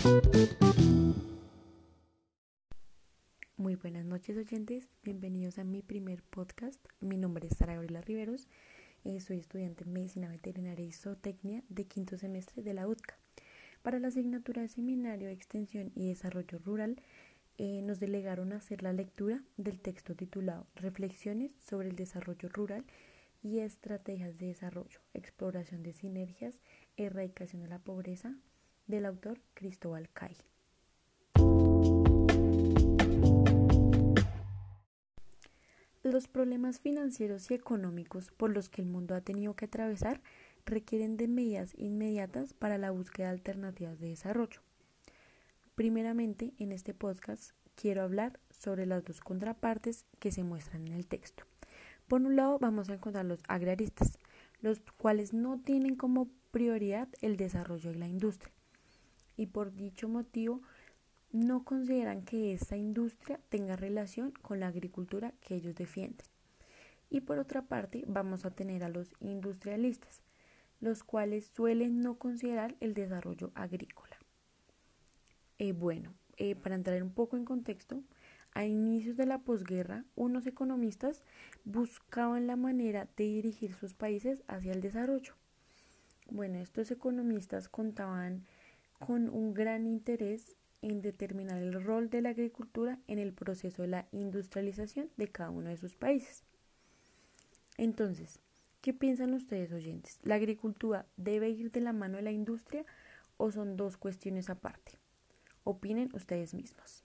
Muy buenas noches, oyentes, bienvenidos a mi primer podcast. Mi nombre es Sara Gabriela Riveros, soy estudiante en Medicina Veterinaria y Zootecnia de quinto semestre de la UTCA. Para la asignatura de Seminario de Extensión y Desarrollo Rural, nos delegaron a hacer la lectura del texto titulado Reflexiones sobre el desarrollo rural y estrategias de desarrollo, exploración de sinergias, erradicación de la pobreza, del autor Cristóbal Cay. Los problemas financieros y económicos por los que el mundo ha tenido que atravesar requieren de medidas inmediatas para la búsqueda de alternativas de desarrollo. Primeramente, en este podcast quiero hablar sobre las dos contrapartes que se muestran en el texto. Por un lado, vamos a encontrar los agraristas, los cuales no tienen como prioridad el desarrollo de la industria y por dicho motivo no consideran que esta industria tenga relación con la agricultura que ellos defienden. Y por otra parte, vamos a tener a los industrialistas, los cuales suelen no considerar el desarrollo agrícola. Para entrar un poco en contexto, a inicios de la posguerra, unos economistas buscaban la manera de dirigir sus países hacia el desarrollo. Estos economistas contaban con un gran interés en determinar el rol de la agricultura en el proceso de la industrialización de cada uno de sus países. Entonces, ¿qué piensan ustedes, oyentes? ¿La agricultura debe ir de la mano de la industria o son dos cuestiones aparte? Opinen ustedes mismos.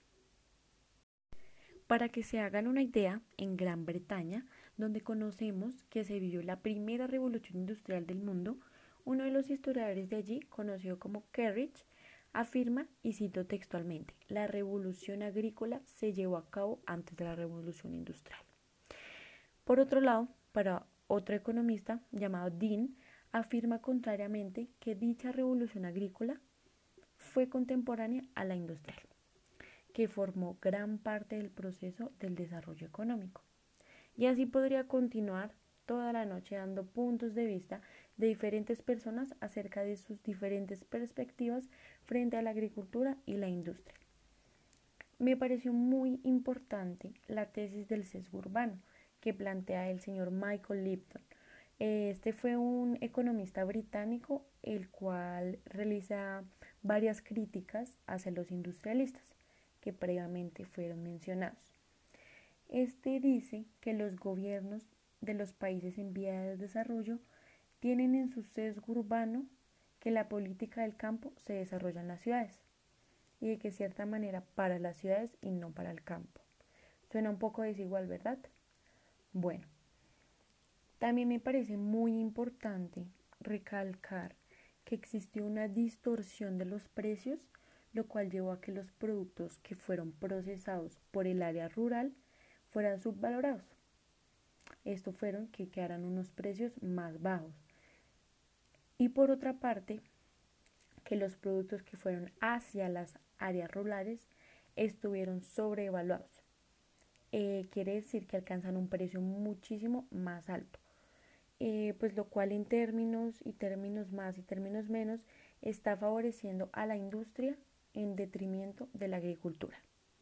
Para que se hagan una idea, en Gran Bretaña, donde conocemos que se vivió la primera revolución industrial del mundo, uno de los historiadores de allí, conocido como Kerridge, afirma, y cito textualmente, la revolución agrícola se llevó a cabo antes de la revolución industrial. Por otro lado, para otro economista llamado Dean, afirma contrariamente que dicha revolución agrícola fue contemporánea a la industrial, que formó gran parte del proceso del desarrollo económico. Y así podría continuar toda la noche dando puntos de vista de diferentes personas acerca de sus diferentes perspectivas frente a la agricultura y la industria. Me pareció muy importante la tesis del sesgo urbano que plantea el señor Michael Lipton. Este fue un economista británico el cual realiza varias críticas hacia los industrialistas que previamente fueron mencionados. Este dice que los gobiernos de los países en vía de desarrollo tienen en su sesgo urbano que la política del campo se desarrolla en las ciudades y de que cierta manera para las ciudades y no para el campo. Suena un poco desigual, ¿verdad? Bueno, también me parece muy importante recalcar que existió una distorsión de los precios, lo cual llevó a que los productos que fueron procesados por el área rural fueran subvalorados. Esto fueron que quedaran unos precios más bajos. Y por otra parte, que los productos que fueron hacia las áreas rurales estuvieron sobrevaluados. Quiere decir que alcanzan un precio muchísimo más alto. Pues lo cual en términos más y términos menos está favoreciendo a la industria en detrimento de la agricultura.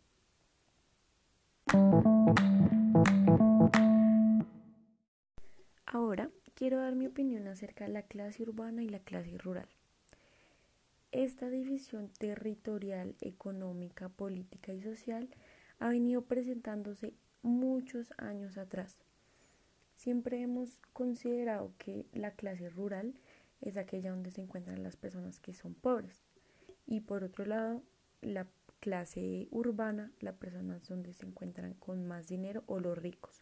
Ahora quiero dar mi opinión acerca de la clase urbana y la clase rural. Esta división territorial, económica, política y social ha venido presentándose muchos años atrás. Siempre hemos considerado que la clase rural es aquella donde se encuentran las personas que son pobres y por otro lado la clase urbana, las personas donde se encuentran con más dinero o los ricos.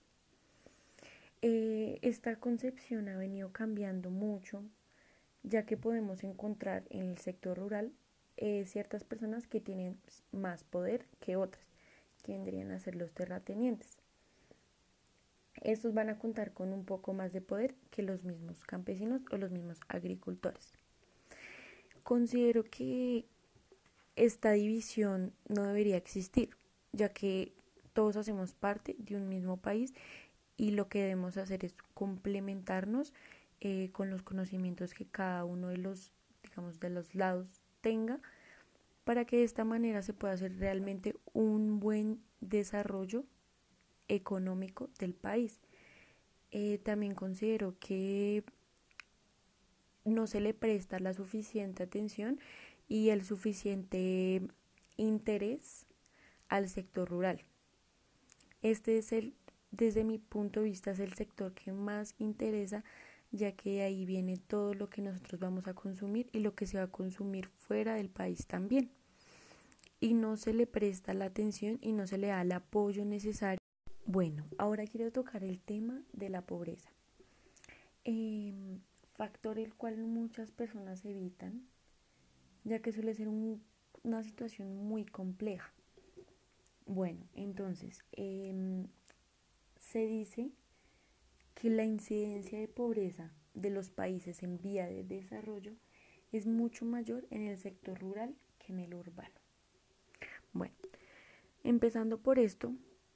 Esta concepción ha venido cambiando mucho, ya que podemos encontrar en el sector rural ciertas personas que tienen más poder que otras, que vendrían a ser los terratenientes. Estos van a contar con un poco más de poder que los mismos campesinos o los mismos agricultores. Considero que esta división no debería existir, ya que todos hacemos parte de un mismo país y lo que debemos hacer es complementarnos con los conocimientos que cada uno de los lados tenga para que de esta manera se pueda hacer realmente un buen desarrollo económico del país. También considero que no se le presta la suficiente atención y el suficiente interés al sector rural. Este es desde mi punto de vista, es el sector que más interesa, ya que de ahí viene todo lo que nosotros vamos a consumir y lo que se va a consumir fuera del país también. Y no se le presta la atención y no se le da el apoyo necesario. Bueno, ahora quiero tocar el tema de la pobreza. Factor el cual muchas personas evitan, ya que suele ser una situación muy compleja. Bueno, entonces, se dice que la incidencia de pobreza de los países en vía de desarrollo es mucho mayor en el sector rural que en el urbano. Bueno, empezando por esto,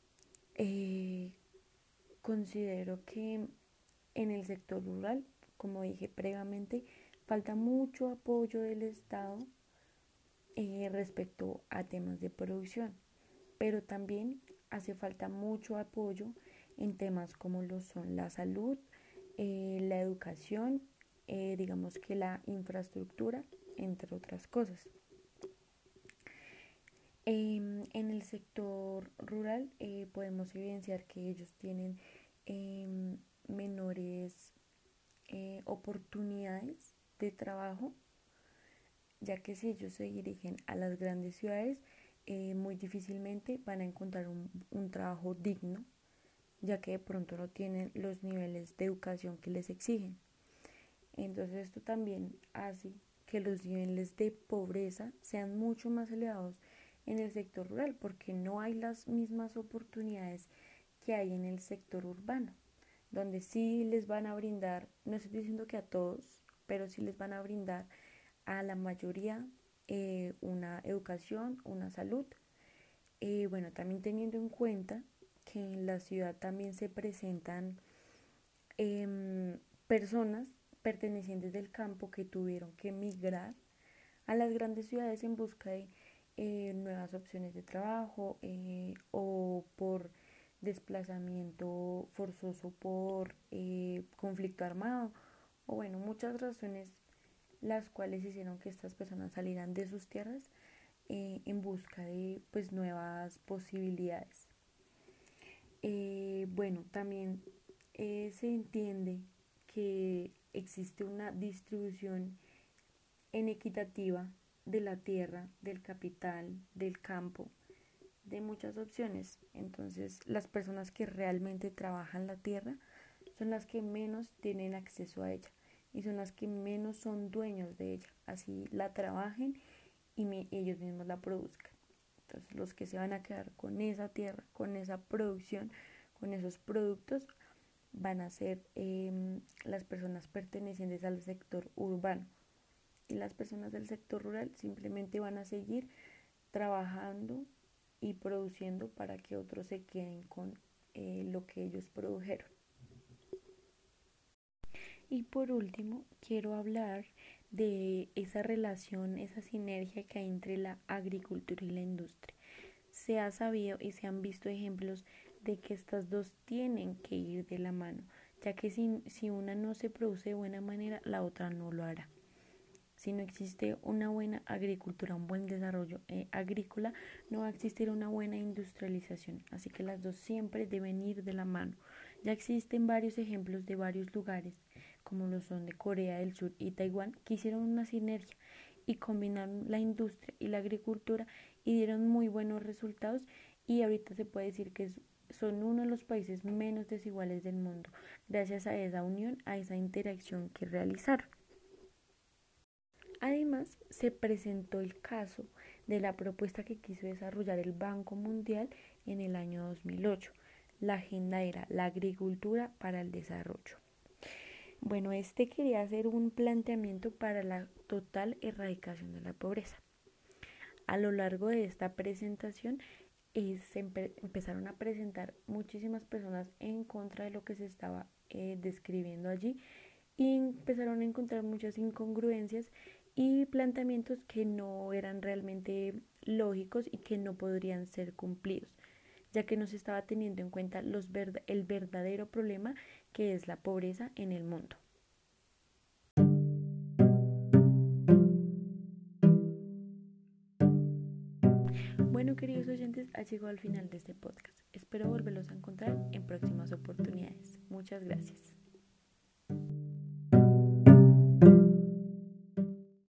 considero que en el sector rural, como dije previamente, falta mucho apoyo del Estado respecto a temas de producción, pero también hace falta mucho apoyo en temas como lo son la salud, la educación, digamos que la infraestructura, entre otras cosas. En el sector rural podemos evidenciar que ellos tienen menores oportunidades de trabajo, ya que si ellos se dirigen a las grandes ciudades, muy difícilmente van a encontrar un trabajo digno, ya que de pronto no tienen los niveles de educación que les exigen. Entonces esto también hace que los niveles de pobreza sean mucho más elevados en el sector rural, porque no hay las mismas oportunidades que hay en el sector urbano, donde sí les van a brindar, no estoy diciendo que a todos, pero sí les van a brindar a la mayoría una educación, una salud. Bueno, también teniendo en cuenta que en la ciudad también se presentan personas pertenecientes del campo que tuvieron que emigrar a las grandes ciudades en busca de nuevas opciones de trabajo o por desplazamiento forzoso por conflicto armado o bueno, muchas razones las cuales hicieron que estas personas salieran de sus tierras en busca de pues nuevas posibilidades. Bueno, también se entiende que existe una distribución inequitativa de la tierra, del capital, del campo, de muchas opciones. Entonces, las personas que realmente trabajan la tierra son las que menos tienen acceso a ella y son las que menos son dueños de ella. Así la trabajen y ellos mismos la produzcan. Entonces, los que se van a quedar con esa tierra, con esa producción, con esos productos, van a ser las personas pertenecientes al sector urbano. Y las personas del sector rural simplemente van a seguir trabajando y produciendo para que otros se queden con lo que ellos produjeron. Y por último, quiero hablar de esa relación, esa sinergia que hay entre la agricultura y la industria. Se ha sabido y se han visto ejemplos de que estas dos tienen que ir de la mano, ya que si una no se produce de buena manera, la otra no lo hará. Si no existe una buena agricultura, un buen desarrollo agrícola, no va a existir una buena industrialización. Así que las dos siempre deben ir de la mano. Ya existen varios ejemplos de varios lugares, como lo son de Corea del Sur y Taiwán, que hicieron una sinergia y combinaron la industria y la agricultura y dieron muy buenos resultados y ahorita se puede decir que son uno de los países menos desiguales del mundo, gracias a esa unión, a esa interacción que realizaron. Además, se presentó el caso de la propuesta que quiso desarrollar el Banco Mundial en el año 2008. La agenda era la agricultura para el desarrollo. Bueno, este quería hacer un planteamiento para la total erradicación de la pobreza. A lo largo de esta presentación empezaron a presentar muchísimas personas en contra de lo que se estaba describiendo allí y empezaron a encontrar muchas incongruencias y planteamientos que no eran realmente lógicos y que no podrían ser cumplidos, ya que no se estaba teniendo en cuenta el verdadero problema que es la pobreza en el mundo. Bueno, queridos oyentes, ha llegado al final de este podcast. Espero volverlos a encontrar en próximas oportunidades. Muchas gracias.